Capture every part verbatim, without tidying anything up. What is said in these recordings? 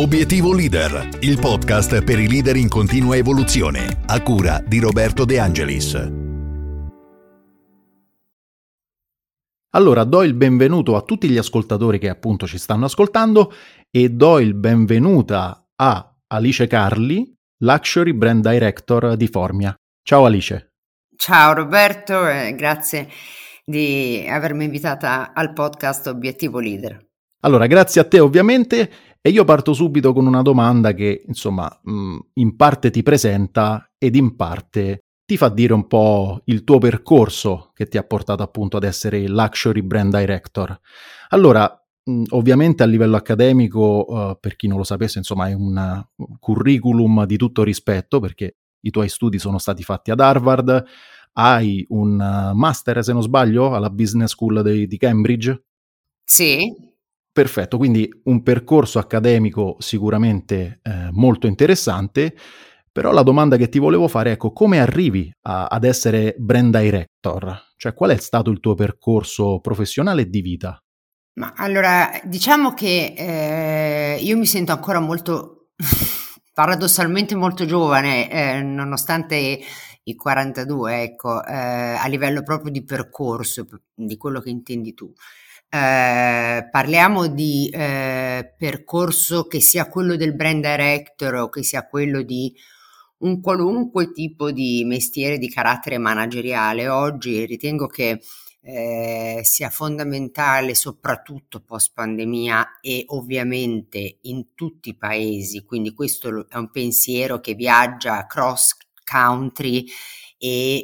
Obiettivo Leader, il podcast per i leader in continua evoluzione, a cura di Roberto De Angelis. Allora, do il benvenuto a tutti gli ascoltatori che appunto ci stanno ascoltando e do il benvenuta a Alice Carli, Luxury Brand Director di Formia. Ciao Alice. Ciao Roberto, e grazie di avermi invitata al podcast Obiettivo Leader. Allora, grazie a te ovviamente, e io parto subito con una domanda che, insomma, in parte ti presenta ed in parte ti fa dire un po' il tuo percorso che ti ha portato appunto ad essere il Luxury Brand Director. Allora, ovviamente a livello accademico, uh, per chi non lo sapesse, insomma, è un curriculum di tutto rispetto, perché i tuoi studi sono stati fatti ad Harvard, hai un master, se non sbaglio, alla Business School di, di Cambridge? Sì. Perfetto, quindi un percorso accademico sicuramente eh, molto interessante, però la domanda che ti volevo fare è, ecco, come arrivi a, ad essere brand director? Cioè, qual è stato il tuo percorso professionale e di vita? Ma allora, diciamo che eh, io mi sento ancora molto, paradossalmente molto giovane, eh, nonostante i quarantadue, ecco, eh, a livello proprio di percorso, di quello che intendi tu. Eh, parliamo di eh, percorso che sia quello del brand director o che sia quello di un qualunque tipo di mestiere di carattere manageriale. Oggi ritengo che eh, sia fondamentale, soprattutto post pandemia e ovviamente in tutti i paesi, quindi questo è un pensiero che viaggia cross country e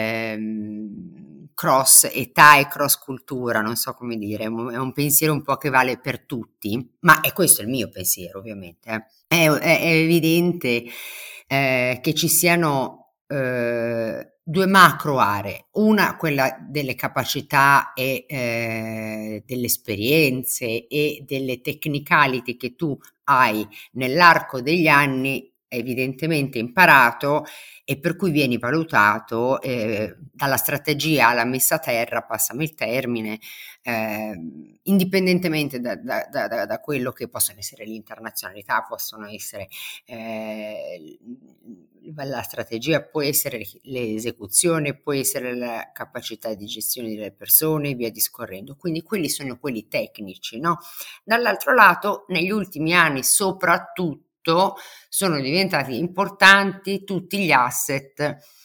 ehm, cross età e cross cultura, non so come dire, è un, è un pensiero un po' che vale per tutti, ma è questo il mio pensiero ovviamente. Eh. È, è, è evidente eh, che ci siano eh, due macro aree, una quella delle capacità e eh, delle esperienze e delle technicality che tu hai nell'arco degli anni evidentemente imparato e per cui vieni valutato eh, dalla strategia alla messa a terra, passami il termine, eh, indipendentemente da, da, da, da quello che possono essere l'internazionalità, possono essere eh, la strategia, può essere l'esecuzione, può essere la capacità di gestione delle persone, via discorrendo. Quindi quelli sono quelli tecnici, no? Dall'altro lato, negli ultimi anni soprattutto sono diventati importanti tutti gli asset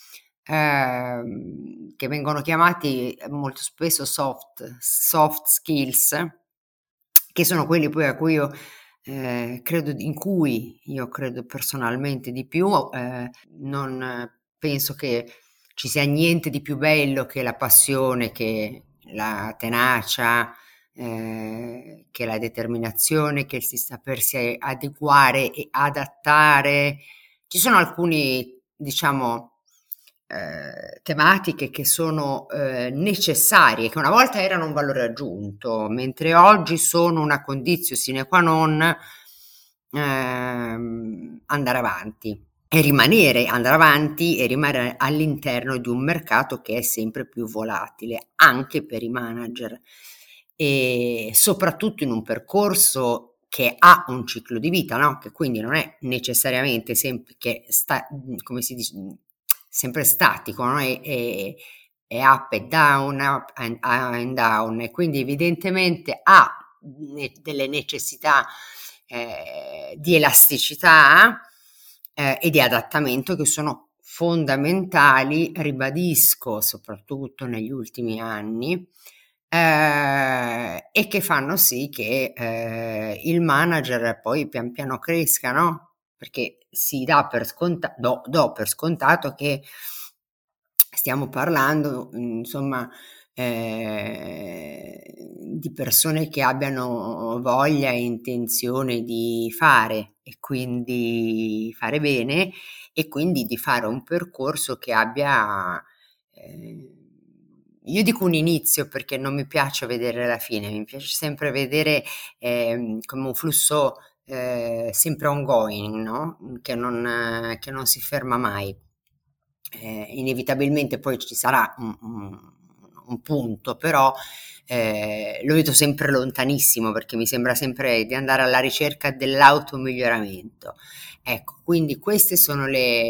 eh, che vengono chiamati molto spesso soft, soft skills, che sono quelli poi a cui io eh, credo, in cui io credo personalmente di più. Eh, non penso che ci sia niente di più bello che la passione, che la tenacia, eh, che la determinazione, che il sapersi adeguare e adattare. Ci sono alcuni, diciamo, eh, tematiche che sono eh, necessarie, che una volta erano un valore aggiunto, mentre oggi sono una conditio sine qua non ehm, andare avanti e rimanere, andare avanti e rimanere all'interno di un mercato che è sempre più volatile, anche per i manager, e soprattutto in un percorso che ha un ciclo di vita, no? Che quindi non è necessariamente sempre che sta, come si dice, sempre statico, no? È, è, è up e down, up and, and down, e quindi evidentemente ha ne, delle necessità eh, di elasticità eh, e di adattamento che sono fondamentali, ribadisco, soprattutto negli ultimi anni, eh, e che fanno sì che eh, il manager poi pian piano cresca, no? Perché si dà per scontato, do, do per scontato che stiamo parlando, insomma, eh, di persone che abbiano voglia e intenzione di fare e quindi fare bene, e quindi di fare un percorso che abbia, eh, io dico un inizio perché non mi piace vedere la fine, mi piace sempre vedere eh, come un flusso eh, sempre ongoing, no? Che non, eh, che non si ferma mai. Eh, inevitabilmente poi ci sarà un, un, un punto, però eh, lo vedo sempre lontanissimo, perché mi sembra sempre di andare alla ricerca dell'automiglioramento. Ecco, quindi queste sono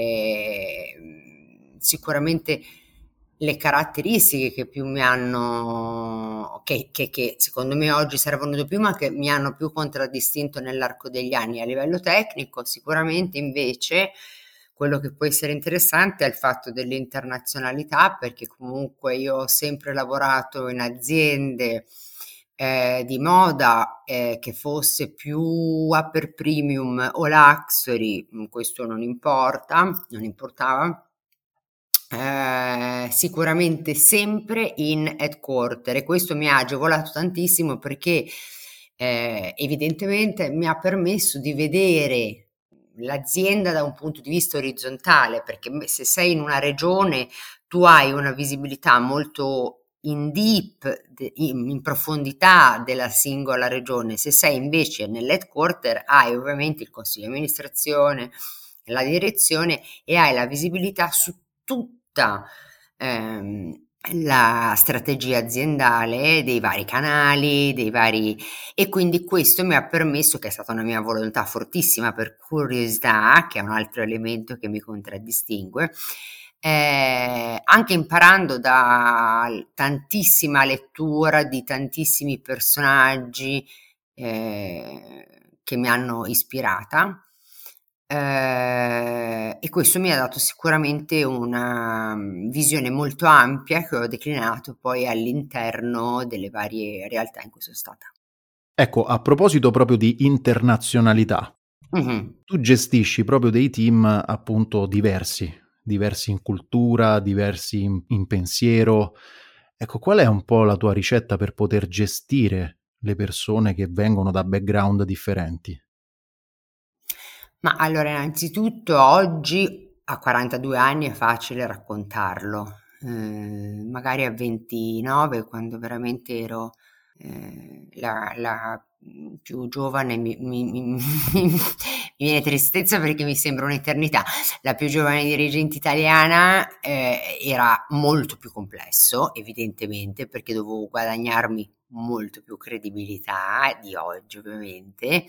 le sicuramente le caratteristiche che più mi hanno, che, che, che secondo me oggi servono di più, ma che mi hanno più contraddistinto nell'arco degli anni. A livello tecnico, sicuramente invece quello che può essere interessante è il fatto dell'internazionalità, perché comunque io ho sempre lavorato in aziende eh, di moda eh, che fosse più upper premium o luxury, questo non importa, non importava. Eh, sicuramente sempre in headquarter, e questo mi ha agevolato tantissimo, perché eh, evidentemente mi ha permesso di vedere l'azienda da un punto di vista orizzontale, perché se sei in una regione tu hai una visibilità molto in deep, in, in profondità della singola regione. Se sei invece nell'headquarter hai ovviamente il consiglio di amministrazione, la direzione, e hai la visibilità su tutta ehm, la strategia aziendale dei vari canali, dei vari, e quindi questo mi ha permesso, che è stata una mia volontà fortissima per curiosità, che è un altro elemento che mi contraddistingue, eh, anche imparando da tantissima lettura di tantissimi personaggi eh, che mi hanno ispirata. Eh, e questo mi ha dato sicuramente una visione molto ampia, che ho declinato poi all'interno delle varie realtà in cui sono stata. Ecco, a proposito proprio di internazionalità, Mm-hmm. tu gestisci proprio dei team appunto diversi, diversi in cultura, diversi in, in pensiero. Ecco, qual è un po' la tua ricetta per poter gestire le persone che vengono da background differenti? Ma allora, innanzitutto oggi a quarantadue anni è facile raccontarlo, eh, magari a ventinove, quando veramente ero eh, la, la più giovane, mi, mi, mi, mi viene tristezza perché mi sembra un'eternità, la più giovane dirigente italiana, eh, era molto più complesso, evidentemente, perché dovevo guadagnarmi molto più credibilità di oggi, ovviamente.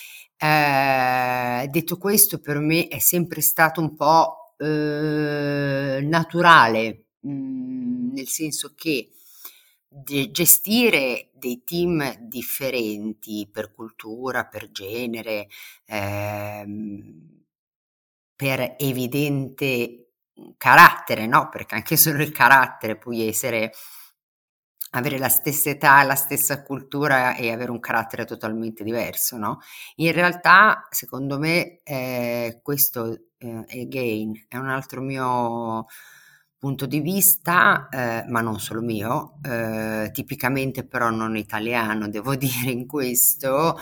Eh, detto questo, per me è sempre stato un po' eh, naturale, mh, nel senso che de- gestire dei team differenti per cultura, per genere, ehm, per evidente carattere, no? Perché anche solo il carattere puoi essere, avere la stessa età, la stessa cultura e avere un carattere totalmente diverso, no? In realtà, secondo me, eh, questo eh, again è un altro mio punto di vista, eh, ma non solo mio, eh, tipicamente però non italiano, devo dire in questo.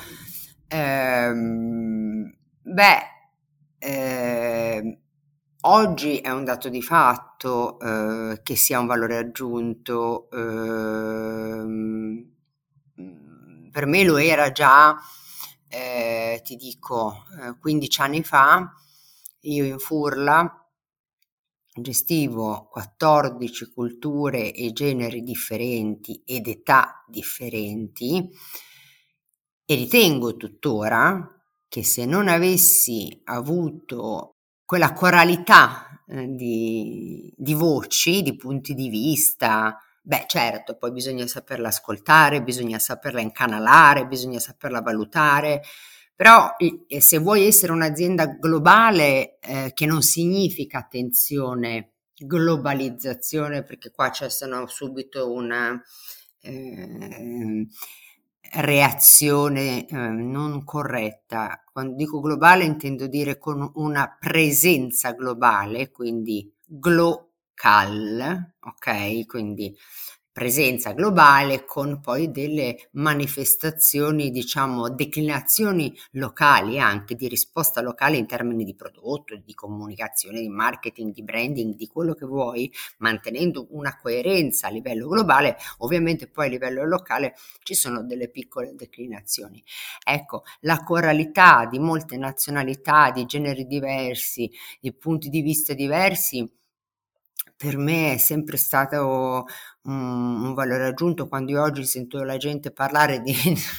Ehm, beh, ehm, oggi è un dato di fatto eh, che sia un valore aggiunto, ehm, per me lo era già, eh, ti dico, eh, quindici anni fa. Io in Furla gestivo quattordici culture e generi differenti ed età differenti, e ritengo tuttora che se non avessi avuto quella coralità eh, di, di voci, di punti di vista, beh certo, poi bisogna saperla ascoltare, bisogna saperla incanalare, bisogna saperla valutare, però eh, se vuoi essere un'azienda globale, eh, che non significa, attenzione, globalizzazione, perché qua c'è sennò subito una eh, reazione eh, non corretta. Quando dico globale intendo dire con una presenza globale, quindi glocal, ok? Quindi presenza globale con poi delle manifestazioni, diciamo, declinazioni locali, anche di risposta locale in termini di prodotto, di comunicazione, di marketing, di branding, di quello che vuoi, mantenendo una coerenza a livello globale. Ovviamente poi a livello locale ci sono delle piccole declinazioni. Ecco, la coralità di molte nazionalità, di generi diversi, di punti di vista diversi, per me è sempre stato un, un valore aggiunto. Quando io oggi sento la gente parlare di,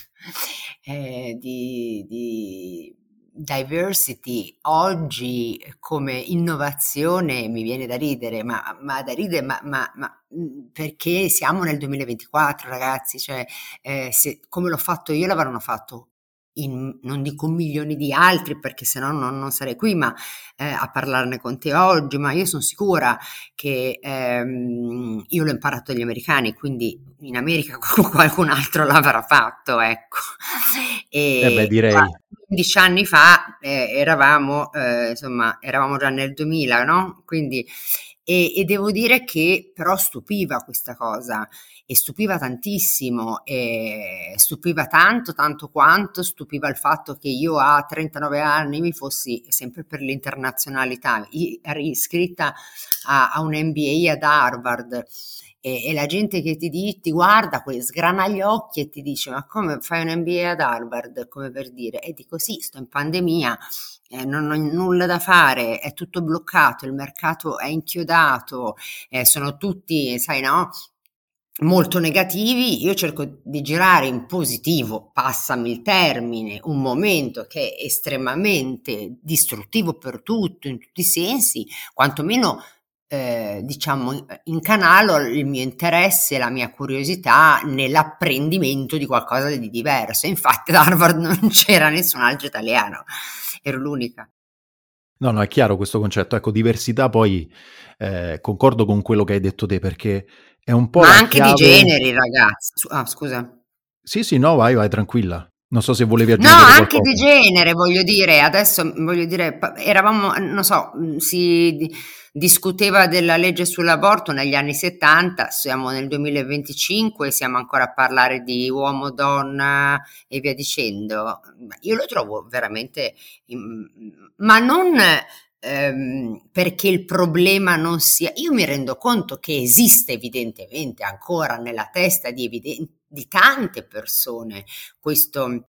eh, di, di diversity oggi come innovazione, mi viene da ridere, ma, ma da ridere, ma, ma, ma perché siamo nel duemilaventiquattro, ragazzi, cioè eh, se, come l'ho fatto io l'avranno fatto in, non dico milioni di altri, perché sennò non, non sarei qui ma eh, a parlarne con te oggi, ma io sono sicura che ehm, io l'ho imparato dagli americani, quindi in America qualcun altro l'avrà fatto, ecco. E eh beh, direi. quindici anni fa eh, eravamo, eh, insomma, eravamo già nel duemila, no? Quindi, e, e devo dire che però stupiva questa cosa, e stupiva tantissimo, e stupiva tanto, tanto quanto stupiva il fatto che io a trentanove anni mi fossi, sempre per l'internazionalità, eri iscritta a, a un M B A ad Harvard. E, e la gente che ti, di, ti guarda, sgrana gli occhi e ti dice: ma come fai un M B A ad Harvard? Come per dire, e dico sì, sto in pandemia, eh, non ho nulla da fare, è tutto bloccato, il mercato è inchiodato, eh, sono tutti, sai, no, molto negativi. Io cerco di girare in positivo, passami il termine, un momento che è estremamente distruttivo per tutto, in tutti i sensi, quantomeno Eh, diciamo incanalo il mio interesse e la mia curiosità nell'apprendimento di qualcosa di diverso. Infatti ad Harvard non c'era nessun altro italiano, ero l'unica. No, no, è chiaro questo concetto. Ecco, diversità poi eh, concordo con quello che hai detto te, perché è un po' Ma la anche di chiave. generi, ragazzi. Ah, scusa. Sì, sì, no, vai, vai, tranquilla. Non so se volevi No, aggiungere anche di qualcosa. genere, voglio dire, adesso voglio dire, pa- eravamo, non so, mh, si di- discuteva della legge sull'aborto negli anni settanta, siamo nel duemilaventicinque, siamo ancora a parlare di uomo, donna e via dicendo. Io lo trovo veramente, mm, ma non ehm, perché il problema non sia, io mi rendo conto che esiste evidentemente ancora nella testa di, eviden- di tante persone questo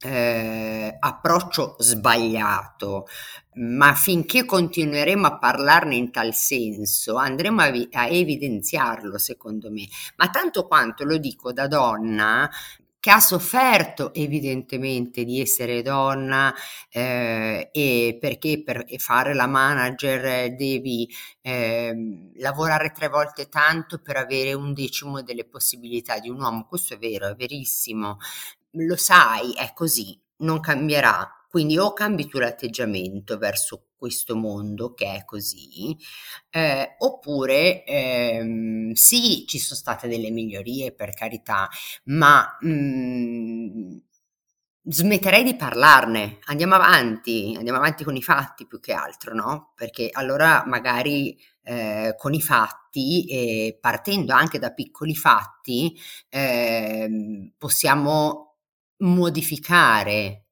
eh, approccio sbagliato, ma finché continueremo a parlarne in tal senso, andremo a, vi- a evidenziarlo, secondo me. Ma tanto quanto lo dico da donna che ha sofferto evidentemente di essere donna, eh, e perché per fare la manager devi ehm, lavorare tre volte tanto per avere un decimo delle possibilità di un uomo. Questo è vero, è verissimo, lo sai, è così, non cambierà. Quindi o cambi tu l'atteggiamento verso questo mondo che è così, eh, oppure ehm, sì, ci sono state delle migliorie, per carità, ma mm, smetterei di parlarne. Andiamo avanti, andiamo avanti con i fatti più che altro, no? Perché allora magari eh, con i fatti, e partendo anche da piccoli fatti, ehm, possiamo modificare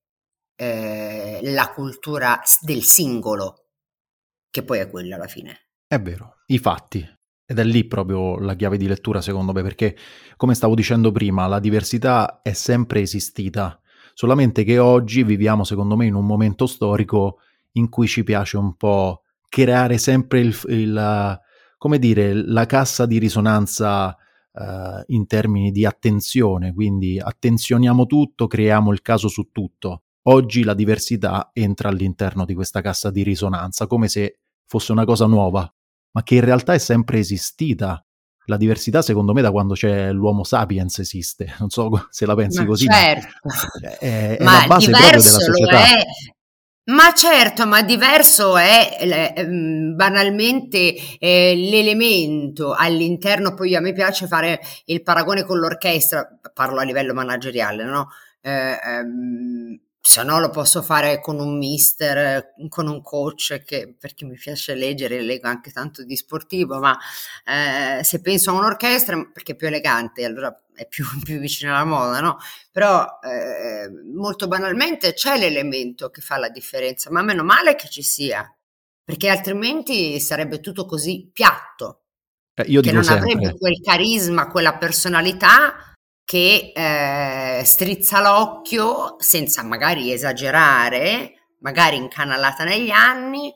eh, la cultura s- del singolo, che poi è quella alla fine. È vero, i fatti. Ed è lì proprio la chiave di lettura, secondo me, perché, come stavo dicendo prima, la diversità è sempre esistita, solamente che oggi viviamo, secondo me, in un momento storico in cui ci piace un po' creare sempre il, il come dire, la cassa di risonanza eh, in termini di attenzione, quindi attenzioniamo tutto, creiamo il caso su tutto. Oggi la diversità entra all'interno di questa cassa di risonanza, come se fosse una cosa nuova, ma che in realtà è sempre esistita. La diversità, secondo me, da quando c'è l'Homo sapiens esiste. Non so se la pensi Ma così, ma certo, è, è la ma base proprio della diverso lo società. è. Ma certo, ma diverso è eh, ehm, banalmente eh, l'elemento all'interno. Poi a me piace fare il paragone con l'orchestra, parlo a livello manageriale, no? Eh, ehm, se no lo posso fare con un mister, eh, con un coach, che, perché mi piace leggere, leggo anche tanto di sportivo, ma eh, se penso a un'orchestra, perché è più elegante, allora è più, più vicino alla moda, no? Però eh, molto banalmente c'è l'elemento che fa la differenza, ma meno male che ci sia, perché altrimenti sarebbe tutto così piatto, Eh, io che dico non avrebbe sempre, quel carisma, quella personalità che eh, strizza l'occhio senza magari esagerare, magari incanalata negli anni,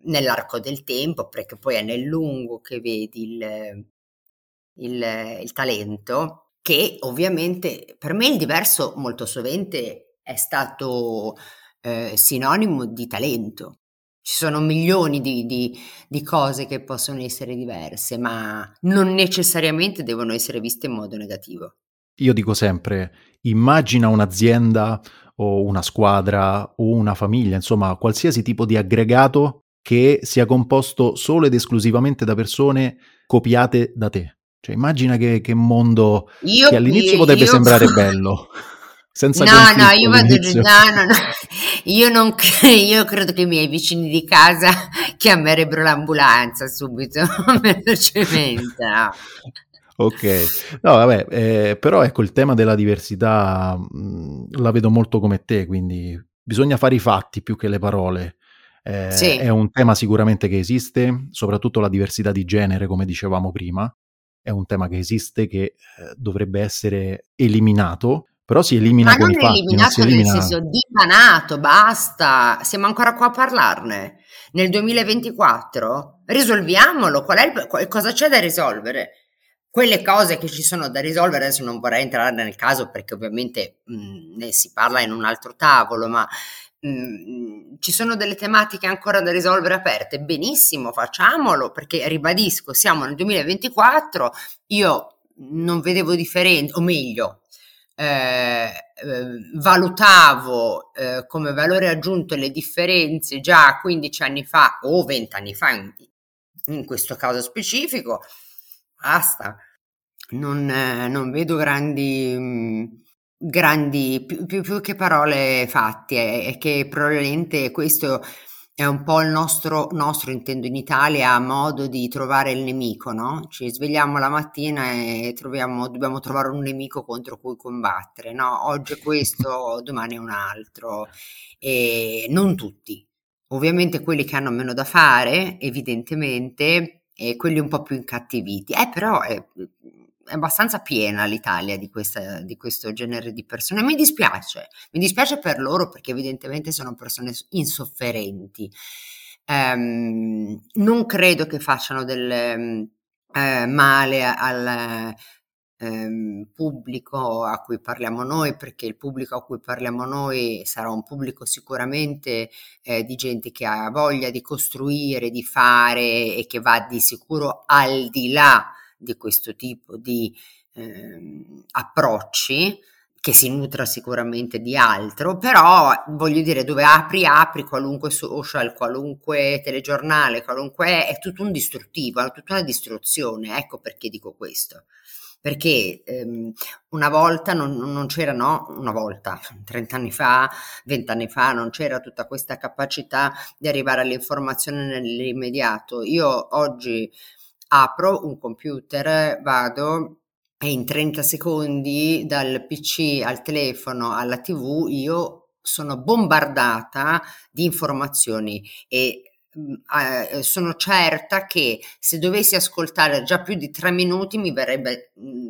nell'arco del tempo, perché poi è nel lungo che vedi il, il, il talento, che ovviamente per me il diverso molto sovente è stato eh, sinonimo di talento. Ci sono milioni di, di, di cose che possono essere diverse, ma non necessariamente devono essere viste in modo negativo. Io dico sempre, immagina un'azienda o una squadra o una famiglia, insomma, qualsiasi tipo di aggregato che sia composto solo ed esclusivamente da persone copiate da te. Cioè, immagina che, che mondo Io, che all'inizio io, potrebbe io sembrare bello, senza no, no, conflitto io vado, all'inizio. no, no, no, io non, cre- io credo che i miei vicini di casa chiamerebbero l'ambulanza subito, velocemente, no. Ok, no vabbè, eh, però ecco il tema della diversità mh, la vedo molto come te, quindi bisogna fare i fatti più che le parole. Eh, è Sì. un tema sicuramente che esiste, soprattutto la diversità di genere, come dicevamo prima, è un tema che esiste, che eh, dovrebbe essere eliminato, però si Ma elimina con non i fatti, non si eliminato nel elimina... senso dipanato, basta, siamo ancora qua a parlarne. Nel duemilaventiquattro risolviamolo, qual è il, qual- cosa c'è da risolvere? Quelle cose che ci sono da risolvere, adesso non vorrei entrare nel caso perché ovviamente mh, ne si parla in un altro tavolo, ma mh, ci sono delle tematiche ancora da risolvere aperte. Benissimo, facciamolo, perché ribadisco, siamo nel duemilaventiquattro, io non vedevo differenza, o meglio, eh, eh, valutavo eh, come valore aggiunto le differenze già quindici anni fa o venti anni fa in, in questo caso specifico, basta, non, eh, non vedo grandi, mh, grandi più, più- più che parole fatte, è, è che probabilmente questo è un po' il nostro, nostro, intendo in Italia, modo di trovare il nemico, no? Ci svegliamo la mattina e troviamo, dobbiamo trovare un nemico contro cui combattere, no? Oggi è questo, domani è un altro, e non tutti. Ovviamente quelli che hanno meno da fare, evidentemente, e quelli un po' più incattiviti. Eh, però è, è abbastanza piena l'Italia di, questa, di questo genere di persone. Mi dispiace, mi dispiace per loro perché evidentemente sono persone insofferenti. Ehm, non credo che facciano del eh, male al ehm, pubblico a cui parliamo noi, perché il pubblico a cui parliamo noi sarà un pubblico sicuramente eh, di gente che ha voglia di costruire, di fare e che va di sicuro al di là di questo tipo di ehm, approcci, che si nutra sicuramente di altro, però voglio dire, dove apri, apri qualunque social, qualunque telegiornale, qualunque, è tutto un distruttivo, è tutta una distruzione, ecco perché dico questo. Perché ehm, una volta non, non c'era, no, una volta, trenta anni fa, venti anni fa, non c'era tutta questa capacità di arrivare all'informazione nell'immediato. Io oggi apro un computer, vado e in trenta secondi dal P C al telefono alla T V io sono bombardata di informazioni e mh, eh, sono certa che se dovessi ascoltare già più di tre minuti mi verrebbe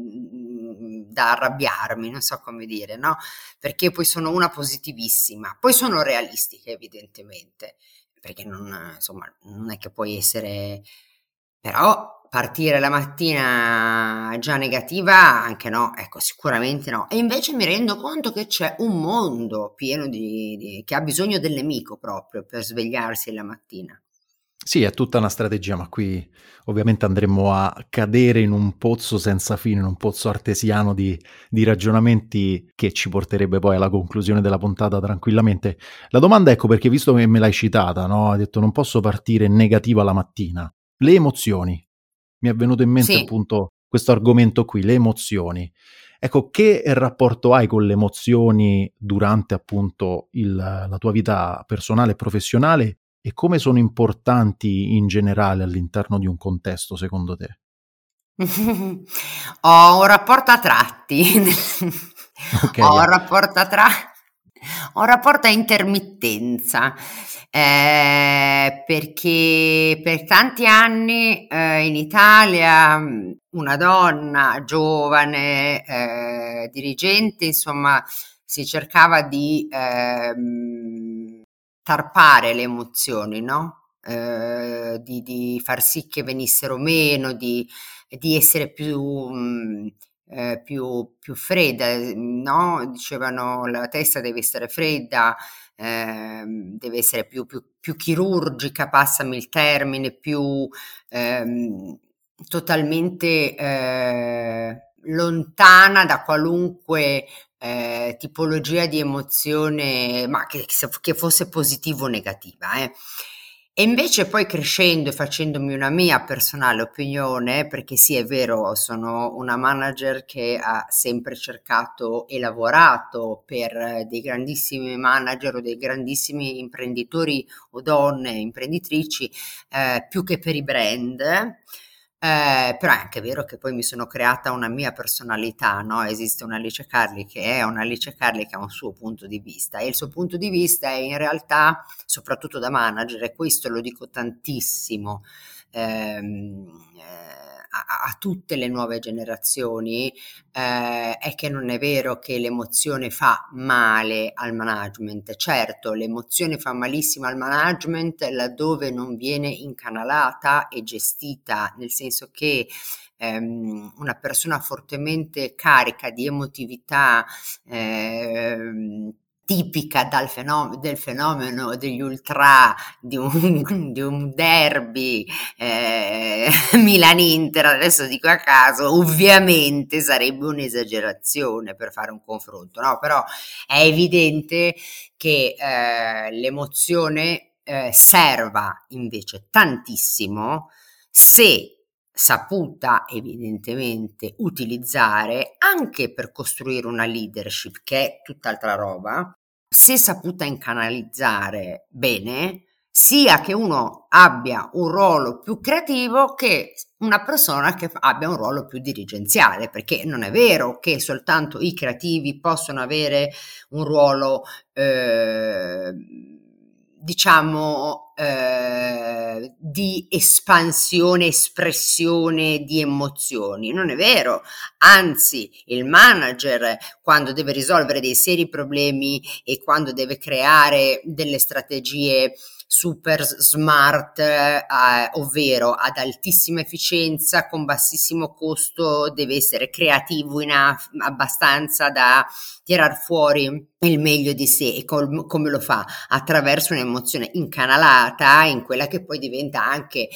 mh, da arrabbiarmi, non so come dire, no? Perché poi sono una positivissima, poi sono realistica evidentemente, perché non, insomma, non è che puoi essere, però partire la mattina già negativa, anche no, ecco, sicuramente no. E invece mi rendo conto che c'è un mondo pieno di, di che ha bisogno del nemico proprio per svegliarsi la mattina. Sì, è tutta una strategia, ma qui ovviamente andremmo a cadere in un pozzo senza fine, in un pozzo artesiano di, di ragionamenti che ci porterebbe poi alla conclusione della puntata tranquillamente. La domanda ecco perché visto che me l'hai citata, no? Hai detto non posso partire negativa la mattina. Le emozioni. Mi è venuto in mente Sì. appunto questo argomento qui, le emozioni. Ecco, che rapporto hai con le emozioni durante appunto il, la tua vita personale e professionale? E come sono importanti in generale all'interno di un contesto, secondo te? Ho un rapporto a tratti, Ok, ho un eh. rapporto a tra ho un rapporto a intermittenza, ehm, perché per tanti anni, ehm, in Italia, mhmm, una donna giovane, ehm, dirigente, insomma, si cercava di, ehm, tarpare le emozioni, no, eh, di, di far sì che venissero meno, di, di essere più, mh, eh, più, più fredda, no? Dicevano la testa deve essere fredda, ehm, deve essere più, più, più chirurgica, passami il termine, più ehm, totalmente eh, lontana da qualunque eh, tipologia di emozione, ma che, che fosse positiva o negativa. Eh. E invece poi crescendo e facendomi una mia personale opinione, perché sì, è vero, sono una manager che ha sempre cercato e lavorato per dei grandissimi manager o dei grandissimi imprenditori o donne imprenditrici, eh, più che per i brand. Eh, però è anche vero che poi mi sono creata una mia personalità, no? Esiste una Alice Carli che è una Alice Carli che ha un suo punto di vista e il suo punto di vista è in realtà, soprattutto da manager, e questo lo dico tantissimo ehm, eh, a, a tutte le nuove generazioni, eh, è che non è vero che l'emozione fa male al management. Certo, l'emozione fa malissimo al management laddove non viene incanalata e gestita, nel senso che ehm, una persona fortemente carica di emotività, ehm, tipica dal fenomeno, del fenomeno degli ultra di un, di un derby eh, Milan-Inter, adesso dico a caso, ovviamente sarebbe un'esagerazione per fare un confronto, no? Però è evidente che eh, l'emozione eh, serva invece tantissimo se saputa evidentemente utilizzare anche per costruire una leadership, che è tutt'altra roba, se saputa incanalizzare bene, sia che uno abbia un ruolo più creativo che una persona che abbia un ruolo più dirigenziale, perché non è vero che soltanto i creativi possono avere un ruolo eh, diciamo eh, di espansione, espressione di emozioni. Non è vero, anzi il manager quando deve risolvere dei seri problemi e quando deve creare delle strategie super smart, eh, ovvero ad altissima efficienza con bassissimo costo, deve essere creativo enough, abbastanza da tirar fuori il meglio di sé. E com- come lo fa? Attraverso un'emozione incanalata in quella che poi diventa anche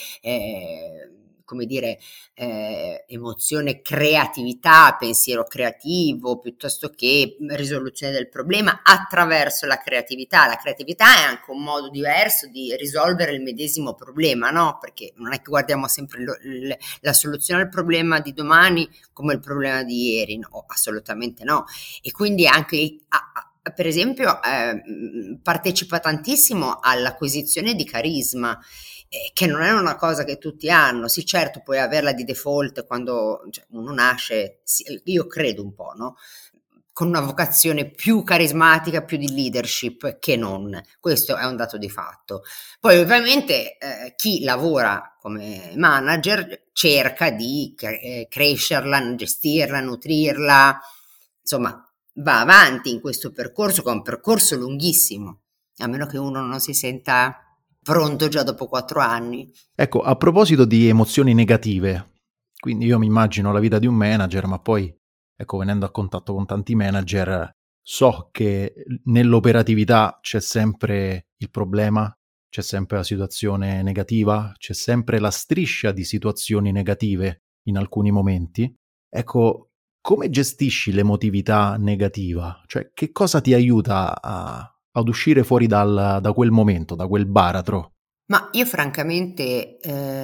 eh, come dire eh, emozione, creatività, pensiero creativo piuttosto che risoluzione del problema attraverso la creatività. La creatività è anche un modo diverso di risolvere il medesimo problema, no? Perché non è che guardiamo sempre lo, l, la soluzione al problema di domani come il problema di ieri, no, assolutamente no. E quindi anche a, a, per esempio eh, partecipa tantissimo all'acquisizione di carisma, eh, che non è una cosa che tutti hanno. Sì, certo, puoi averla di default quando cioè, uno nasce, sì, io credo un po', no? Con una vocazione più carismatica, più di leadership che non. Questo è un dato di fatto. Poi ovviamente eh, chi lavora come manager cerca di cre- crescerla, gestirla, nutrirla, insomma va avanti in questo percorso, che è un percorso lunghissimo, a meno che uno non si senta pronto già dopo quattro anni. Ecco, a proposito di emozioni negative, quindi io mi immagino la vita di un manager, ma poi, ecco, venendo a contatto con tanti manager, so che nell'operatività c'è sempre il problema, c'è sempre la situazione negativa, c'è sempre la striscia di situazioni negative in alcuni momenti. Ecco, come gestisci l'emotività negativa? Cioè, che cosa ti aiuta a, ad uscire fuori dal, da quel momento, da quel baratro? Ma io francamente,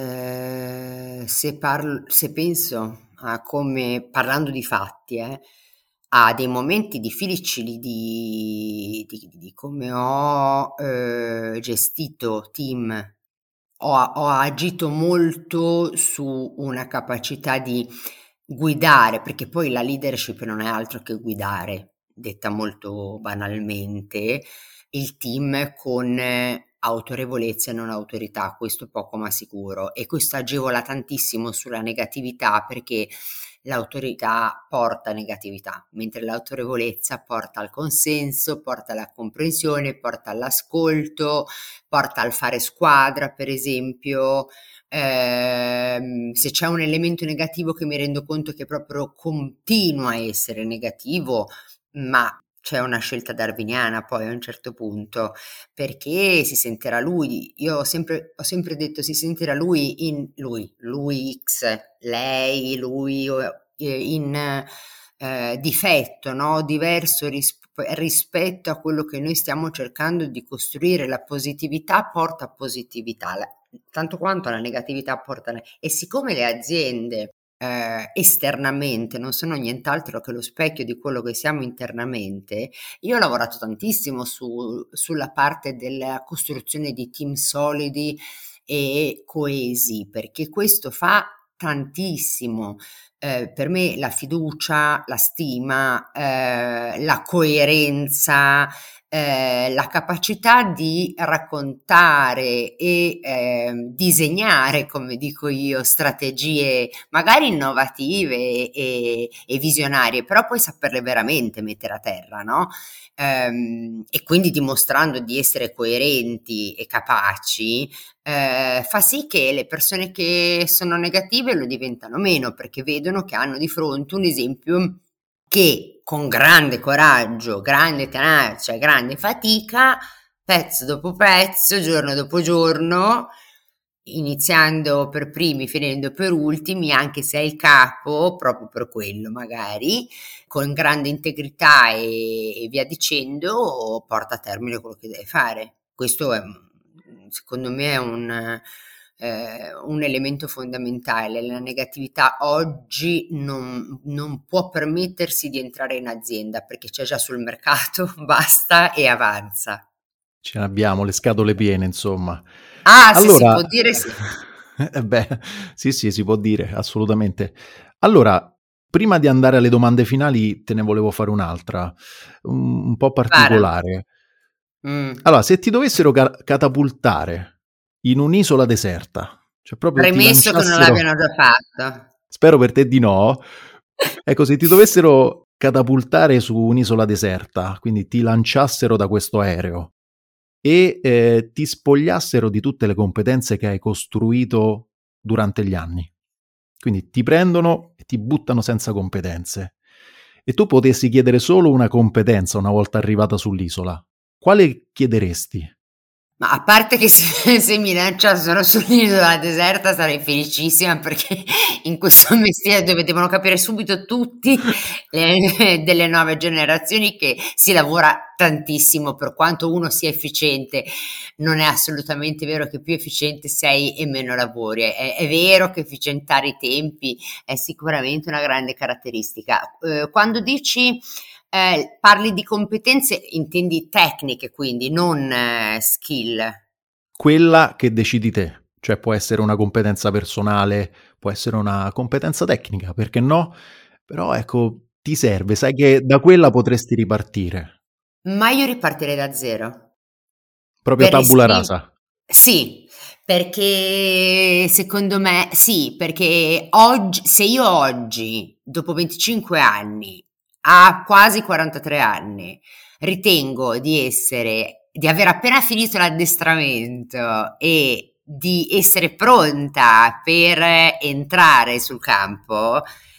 eh, se parlo, se penso a come, parlando di fatti, eh, a dei momenti difficili di, di, di come ho eh, gestito team, ho, ho agito molto su una capacità di guidare, perché poi la leadership non è altro che guidare, detta molto banalmente, il team con eh, autorevolezza e non autorità, questo poco ma sicuro, e questo agevola tantissimo sulla negatività, perché l'autorità porta negatività, mentre l'autorevolezza porta al consenso, porta alla comprensione, porta all'ascolto, porta al fare squadra, per esempio. Eh, se c'è un elemento negativo che mi rendo conto che proprio continua a essere negativo, ma c'è una scelta darwiniana poi a un certo punto, perché si sentirà lui, io ho sempre, ho sempre detto si sentirà lui in lui, lui X, lei, lui in eh, difetto, no? Diverso ris- rispetto a quello che noi stiamo cercando di costruire. La positività porta positività, la, tanto quanto la negatività porta, e siccome le aziende eh, esternamente non sono nient'altro che lo specchio di quello che siamo internamente, io ho lavorato tantissimo su, sulla parte della costruzione di team solidi e coesi, perché questo fa tantissimo. Eh, per me la fiducia, la stima, eh, la coerenza, eh, la capacità di raccontare e eh, disegnare, come dico io, strategie magari innovative e, e visionarie, però poi saperle veramente mettere a terra, no? Ehm, e quindi dimostrando di essere coerenti e capaci, eh, fa sì che le persone che sono negative lo diventano meno, perché vedono che hanno di fronte un esempio che con grande coraggio, grande tenacia, grande fatica, pezzo dopo pezzo, giorno dopo giorno, iniziando per primi, finendo per ultimi, anche se è il capo, proprio per quello magari, con grande integrità e, e via dicendo, porta a termine quello che deve fare. Questo è, secondo me, è un... Eh, un elemento fondamentale. La negatività oggi non, non può permettersi di entrare in azienda perché c'è già sul mercato, basta e avanza. Ce ne abbiamo le scatole piene, insomma. Ah, allora, sì, si può dire sì. Eh beh, sì, sì, si può dire, assolutamente. Allora, prima di andare alle domande finali, te ne volevo fare un'altra, un, un po' particolare. Mm. Allora, se ti dovessero ca- catapultare in un'isola deserta, cioè proprio Premesso ti che non lanciassero... l'abbiano già fatto. Spero per te di no. Ecco, se ti dovessero catapultare su un'isola deserta, quindi ti lanciassero da questo aereo e eh, ti spogliassero di tutte le competenze che hai costruito durante gli anni, quindi ti prendono e ti buttano senza competenze, e tu potessi chiedere solo una competenza una volta arrivata sull'isola, quale chiederesti? Ma a parte che se, se mi lanciassero sull'isola deserta sarei felicissima, perché in questo mestiere dove devono capire subito tutti le, delle nuove generazioni che si lavora tantissimo, per quanto uno sia efficiente, non è assolutamente vero che più efficiente sei e meno lavori. È, è vero che efficientare i tempi è sicuramente una grande caratteristica. Eh, quando dici Eh, parli di competenze, intendi tecniche, quindi non eh, skill. Quella che decidi te, cioè può essere una competenza personale, può essere una competenza tecnica, perché no? Però ecco, ti serve, sai che da quella potresti ripartire. Ma io ripartirei da zero. Proprio Per tabula riscrivere. rasa. Sì, perché secondo me, sì, perché oggi, se io oggi, dopo venticinque anni, a quasi quarantatré anni, ritengo di essere, di aver appena finito l'addestramento e di essere pronta per entrare sul campo,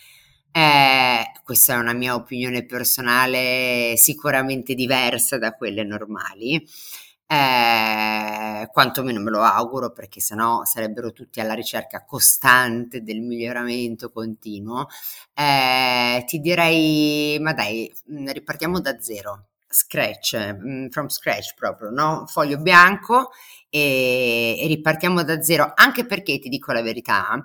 eh, questa è una mia opinione personale sicuramente diversa da quelle normali. Eh, quantomeno me lo auguro, perché sennò sarebbero tutti alla ricerca costante del miglioramento continuo. Eh, ti direi, ma dai, mh, ripartiamo da zero, scratch, mh, from scratch proprio, no? Foglio bianco e, e ripartiamo da zero, anche perché ti dico la verità.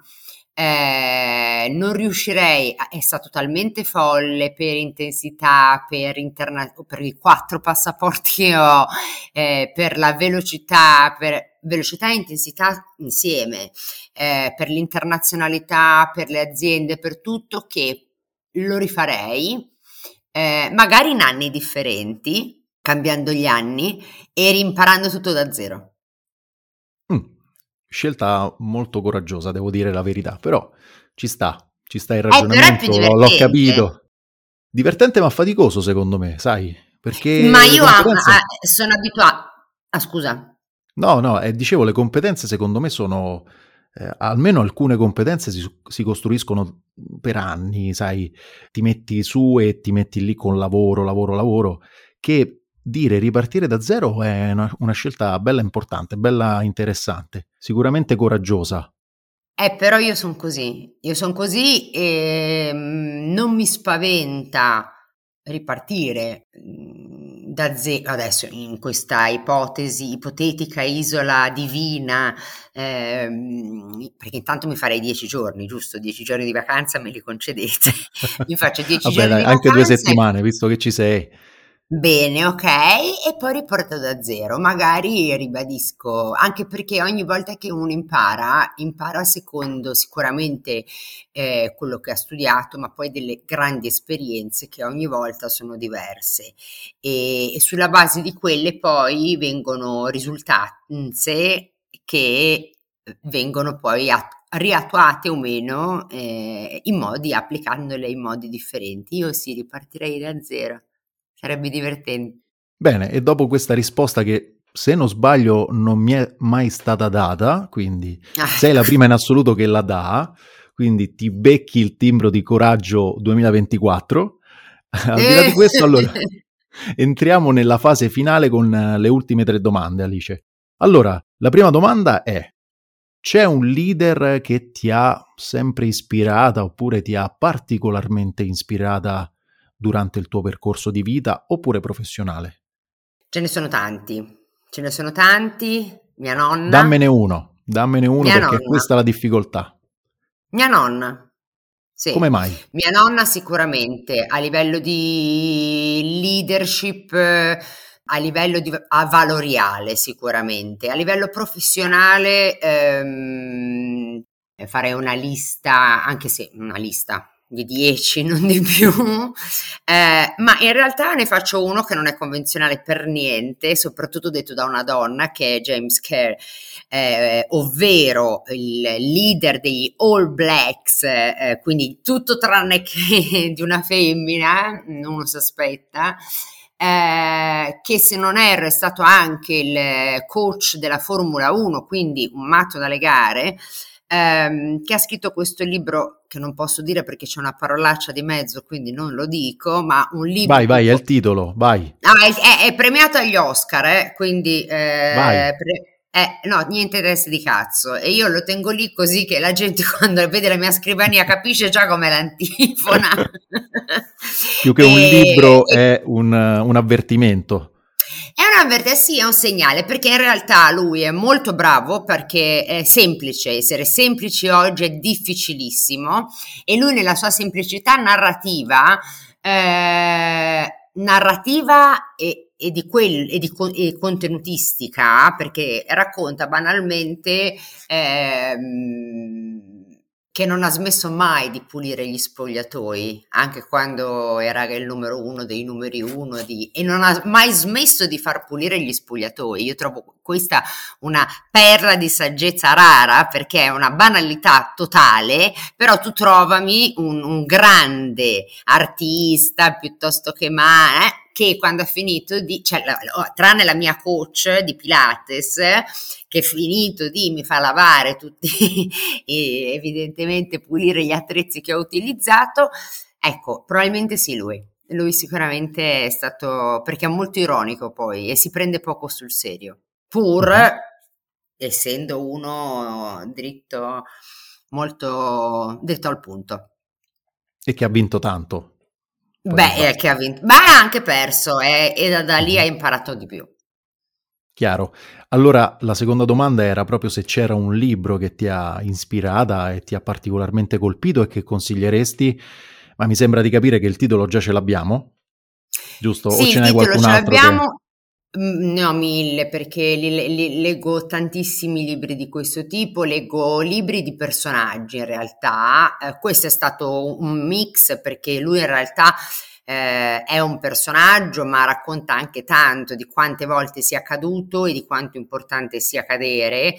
Eh, non riuscirei, è stato talmente folle per intensità, per, interna- per i quattro passaporti che ho, eh, per la velocità, per velocità e intensità insieme, eh, per l'internazionalità, per le aziende, per tutto, che lo rifarei, eh, magari in anni differenti, cambiando gli anni e rimparando tutto da zero. Mm, scelta molto coraggiosa, devo dire la verità, però ci sta, ci sta il Eh, però è più ragionamento, l'ho, l'ho divertente. capito. Divertente ma faticoso secondo me, sai? Ma Perché le io amo, competenze... ah, sono abituata. Ah, scusa. No, no, eh, dicevo, le competenze secondo me sono... eh, almeno alcune competenze si, si costruiscono per anni, sai? Ti metti su e ti metti lì con lavoro, lavoro, lavoro, che dire ripartire da zero è una, una scelta bella importante, bella interessante, sicuramente coraggiosa. Eh, però io sono così, io sono così e mm, non mi spaventa ripartire mm, da zero, adesso in questa ipotesi, ipotetica isola divina, ehm, perché intanto mi farei dieci giorni, giusto? Dieci giorni di vacanza me li concedete. Mi faccio dieci Vabbè, giorni dai, di anche due vacanza. settimane, visto che ci sei. Bene, okay, e poi riparto da zero. Magari ribadisco, anche perché ogni volta che uno impara, impara secondo sicuramente eh, quello che ha studiato, ma poi delle grandi esperienze che ogni volta sono diverse. E, e sulla base di quelle poi vengono risultanze che vengono poi at- riattuate o meno eh, in modi, applicandole in modi differenti. Io sì, ripartirei da zero. Sarebbe divertente. Bene, e dopo questa risposta che, se non sbaglio, non mi è mai stata data, quindi Ah, sei la ecco. prima in assoluto che la dà, quindi ti becchi il timbro di coraggio duemilaventiquattro. Al di là di Eh. questo, allora, entriamo nella fase finale con eh, le ultime tre domande, Alice. Allora, la prima domanda è: c'è un leader che ti ha sempre ispirata oppure ti ha particolarmente ispirata durante il tuo percorso di vita oppure professionale? Ce ne sono tanti, ce ne sono tanti. Mia nonna, Dammene uno, dammene uno mia perché è nonna, questa la difficoltà. mia nonna, Come sì, mai? mia nonna sicuramente a livello di leadership, eh, a livello di a valoriale sicuramente, a livello professionale ehm, farei una lista, anche se una lista di dieci, non di più, eh, ma in realtà ne faccio uno che non è convenzionale per niente, soprattutto detto da una donna che è James Kerr, eh, ovvero il leader degli All Blacks, eh, quindi tutto tranne che di una femmina, non si aspetta, eh, che se non erro è stato anche il coach della Formula uno, quindi un matto dalle gare, ehm, che ha scritto questo libro che non posso dire perché c'è una parolaccia di mezzo, quindi non lo dico, ma un libro Vai, vai, è il tipo... titolo, vai, Ah, è, è- è premiato agli Oscar, eh, quindi vai. eh, pre- eh, no, niente interesse di cazzo. E io lo tengo lì così che la gente quando vede la mia scrivania capisce già com'è l'antifona. Più che un e, libro è un, un avvertimento. è una avverte- sì, è un segnale perché in realtà lui è molto bravo perché è semplice, essere semplici oggi è difficilissimo e lui nella sua semplicità narrativa, eh, narrativa e, e di quel, e di con- e contenutistica, perché racconta banalmente ehm, che non ha smesso mai di pulire gli spogliatoi, anche quando era il numero uno dei numeri uno di, e non ha mai smesso di far pulire gli spogliatoi. Io trovo questa una perla di saggezza rara perché è una banalità totale, però tu trovami un, un grande artista piuttosto che mai, eh, che quando ha finito di, cioè, la, la, tranne la mia coach di Pilates, che finito di mi fa lavare tutti e evidentemente pulire gli attrezzi che ho utilizzato, ecco, probabilmente sì lui. Lui sicuramente è stato, perché è molto ironico poi e si prende poco sul serio, pur Mhm. essendo uno dritto, molto dritto al punto. E che ha vinto tanto, poi e Beh, è che basta. ha vinto, ma ha anche perso eh, e da, da lì ha Mhm. imparato di più. Chiaro. Allora, la seconda domanda era proprio se c'era un libro che ti ha ispirata e ti ha particolarmente colpito e che consiglieresti, ma mi sembra di capire che il titolo già ce l'abbiamo, giusto? O Sì, ce il n'hai titolo qualcun ce altro che... l'abbiamo, mm, ne ho mille perché li, li- leggo tantissimi libri di questo tipo, leggo libri di personaggi in realtà, eh, questo è stato un mix perché lui in realtà eh, è un personaggio, ma racconta anche tanto di quante volte sia caduto e di quanto importante sia cadere,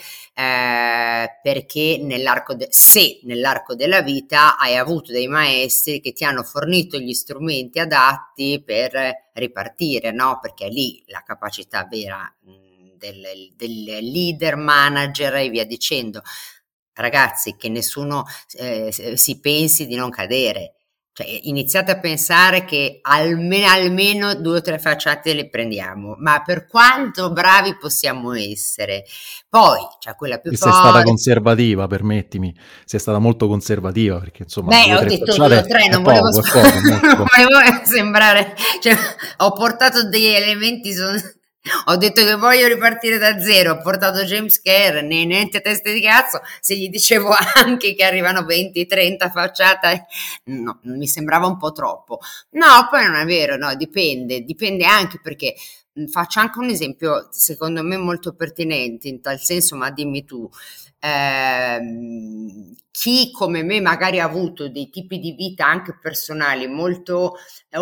eh, perché nell'arco de- se nell'arco della vita hai avuto dei maestri che ti hanno fornito gli strumenti adatti per ripartire, no? Perché è lì la capacità vera mh, del, del leader, manager e via dicendo. Ragazzi, che nessuno eh, si pensi di non cadere. Cioè, iniziate a pensare che almeno, almeno due o tre facciate le prendiamo, ma per quanto bravi possiamo essere, poi c'è quella più e forte. Sei stata conservativa, permettimi, sei stata molto conservativa, perché insomma Beh, due, ho tre detto due o tre, non volevo, poco, sp- poco, non molto. volevo sembrare, cioè, ho portato degli elementi, son, ho detto che voglio ripartire da zero, ho portato James Kerr, né niente teste di cazzo, se gli dicevo anche che arrivano venti trenta facciate, no, mi sembrava un po' troppo. No, poi non è vero, no, dipende, dipende anche perché faccio anche un esempio secondo me molto pertinente in tal senso, ma dimmi tu. Eh, chi come me magari ha avuto dei tipi di vita anche personali molto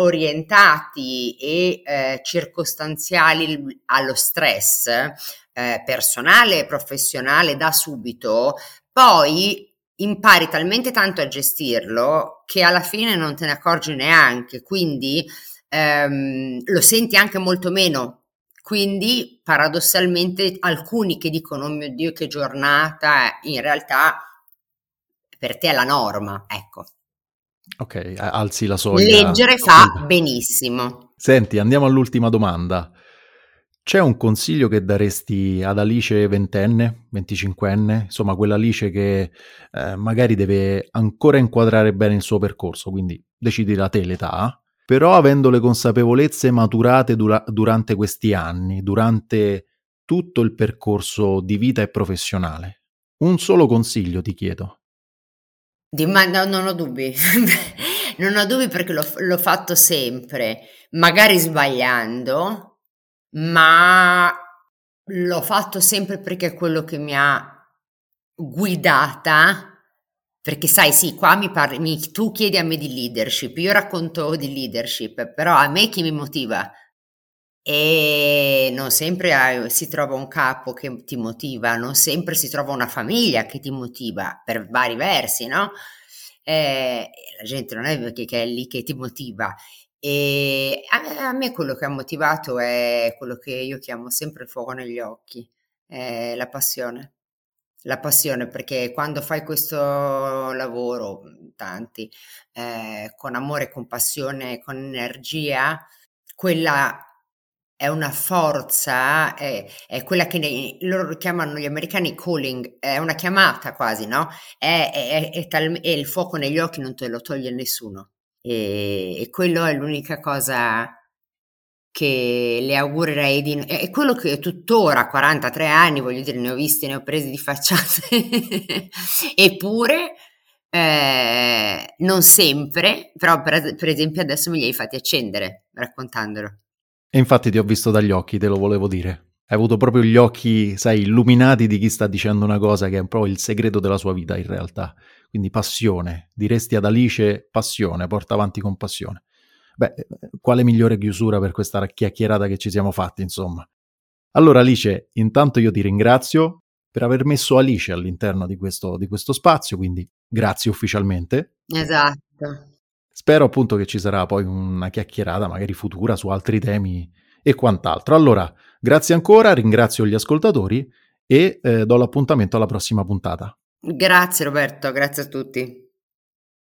orientati e eh, circostanziali allo stress eh, personale e professionale da subito, poi impari talmente tanto a gestirlo che alla fine non te ne accorgi neanche, quindi ehm, lo senti anche molto meno. Quindi paradossalmente alcuni che dicono oh mio Dio che giornata, in realtà per te è la norma, ecco. Ok, alzi la soglia. Leggere fa benissimo. Senti, andiamo all'ultima domanda. C'è un consiglio che daresti ad Alice ventenne, venticinquenne, insomma quella Alice che eh, magari deve ancora inquadrare bene il suo percorso, quindi decidi da te l'età, però avendo le consapevolezze maturate dura- durante questi anni, durante tutto il percorso di vita e professionale. Un solo consiglio ti chiedo. Di, ma no, non ho dubbi, non ho dubbi perché l'ho, l'ho fatto sempre, magari sbagliando, ma l'ho fatto sempre perché è quello che mi ha guidata, perché sai, sì, qua mi parli, mi, tu chiedi a me di leadership, io racconto di leadership, però a me chi mi motiva? E non sempre hai, si trova un capo che ti motiva, non sempre si trova una famiglia che ti motiva per vari versi, no? Eh, la gente non è che, che è lì che ti motiva. E a, a me quello che ha motivato è quello che io chiamo sempre il fuoco negli occhi, è la passione. La passione, perché quando fai questo lavoro, tanti, eh, con amore, con passione, con energia, quella è una forza, è, è quella che ne, loro chiamano gli americani calling, è una chiamata quasi, no? È, è, è, tal, è il fuoco negli occhi, non te lo toglie nessuno. E, e quello è l'unica cosa che le augurerei di... È quello che tuttora, a quarantatré anni, voglio dire, ne ho visti, ne ho presi di facciate, eppure... Eh, non sempre, però per, per esempio adesso me li hai fatti accendere raccontandolo. E infatti ti ho visto dagli occhi, te lo volevo dire. Hai avuto proprio gli occhi, sai, illuminati di chi sta dicendo una cosa che è un po' il segreto della sua vita in realtà. Quindi passione. Diresti ad Alice passione, porta avanti con passione. Beh, quale migliore chiusura per questa chiacchierata che ci siamo fatti, insomma. Allora Alice, intanto io ti ringrazio per aver messo Alice all'interno di questo, di questo spazio, quindi grazie ufficialmente. Esatto. Spero appunto che ci sarà poi una chiacchierata magari futura su altri temi e quant'altro. Allora, grazie ancora, ringrazio gli ascoltatori e eh, do l'appuntamento alla prossima puntata. Grazie Roberto, grazie a tutti.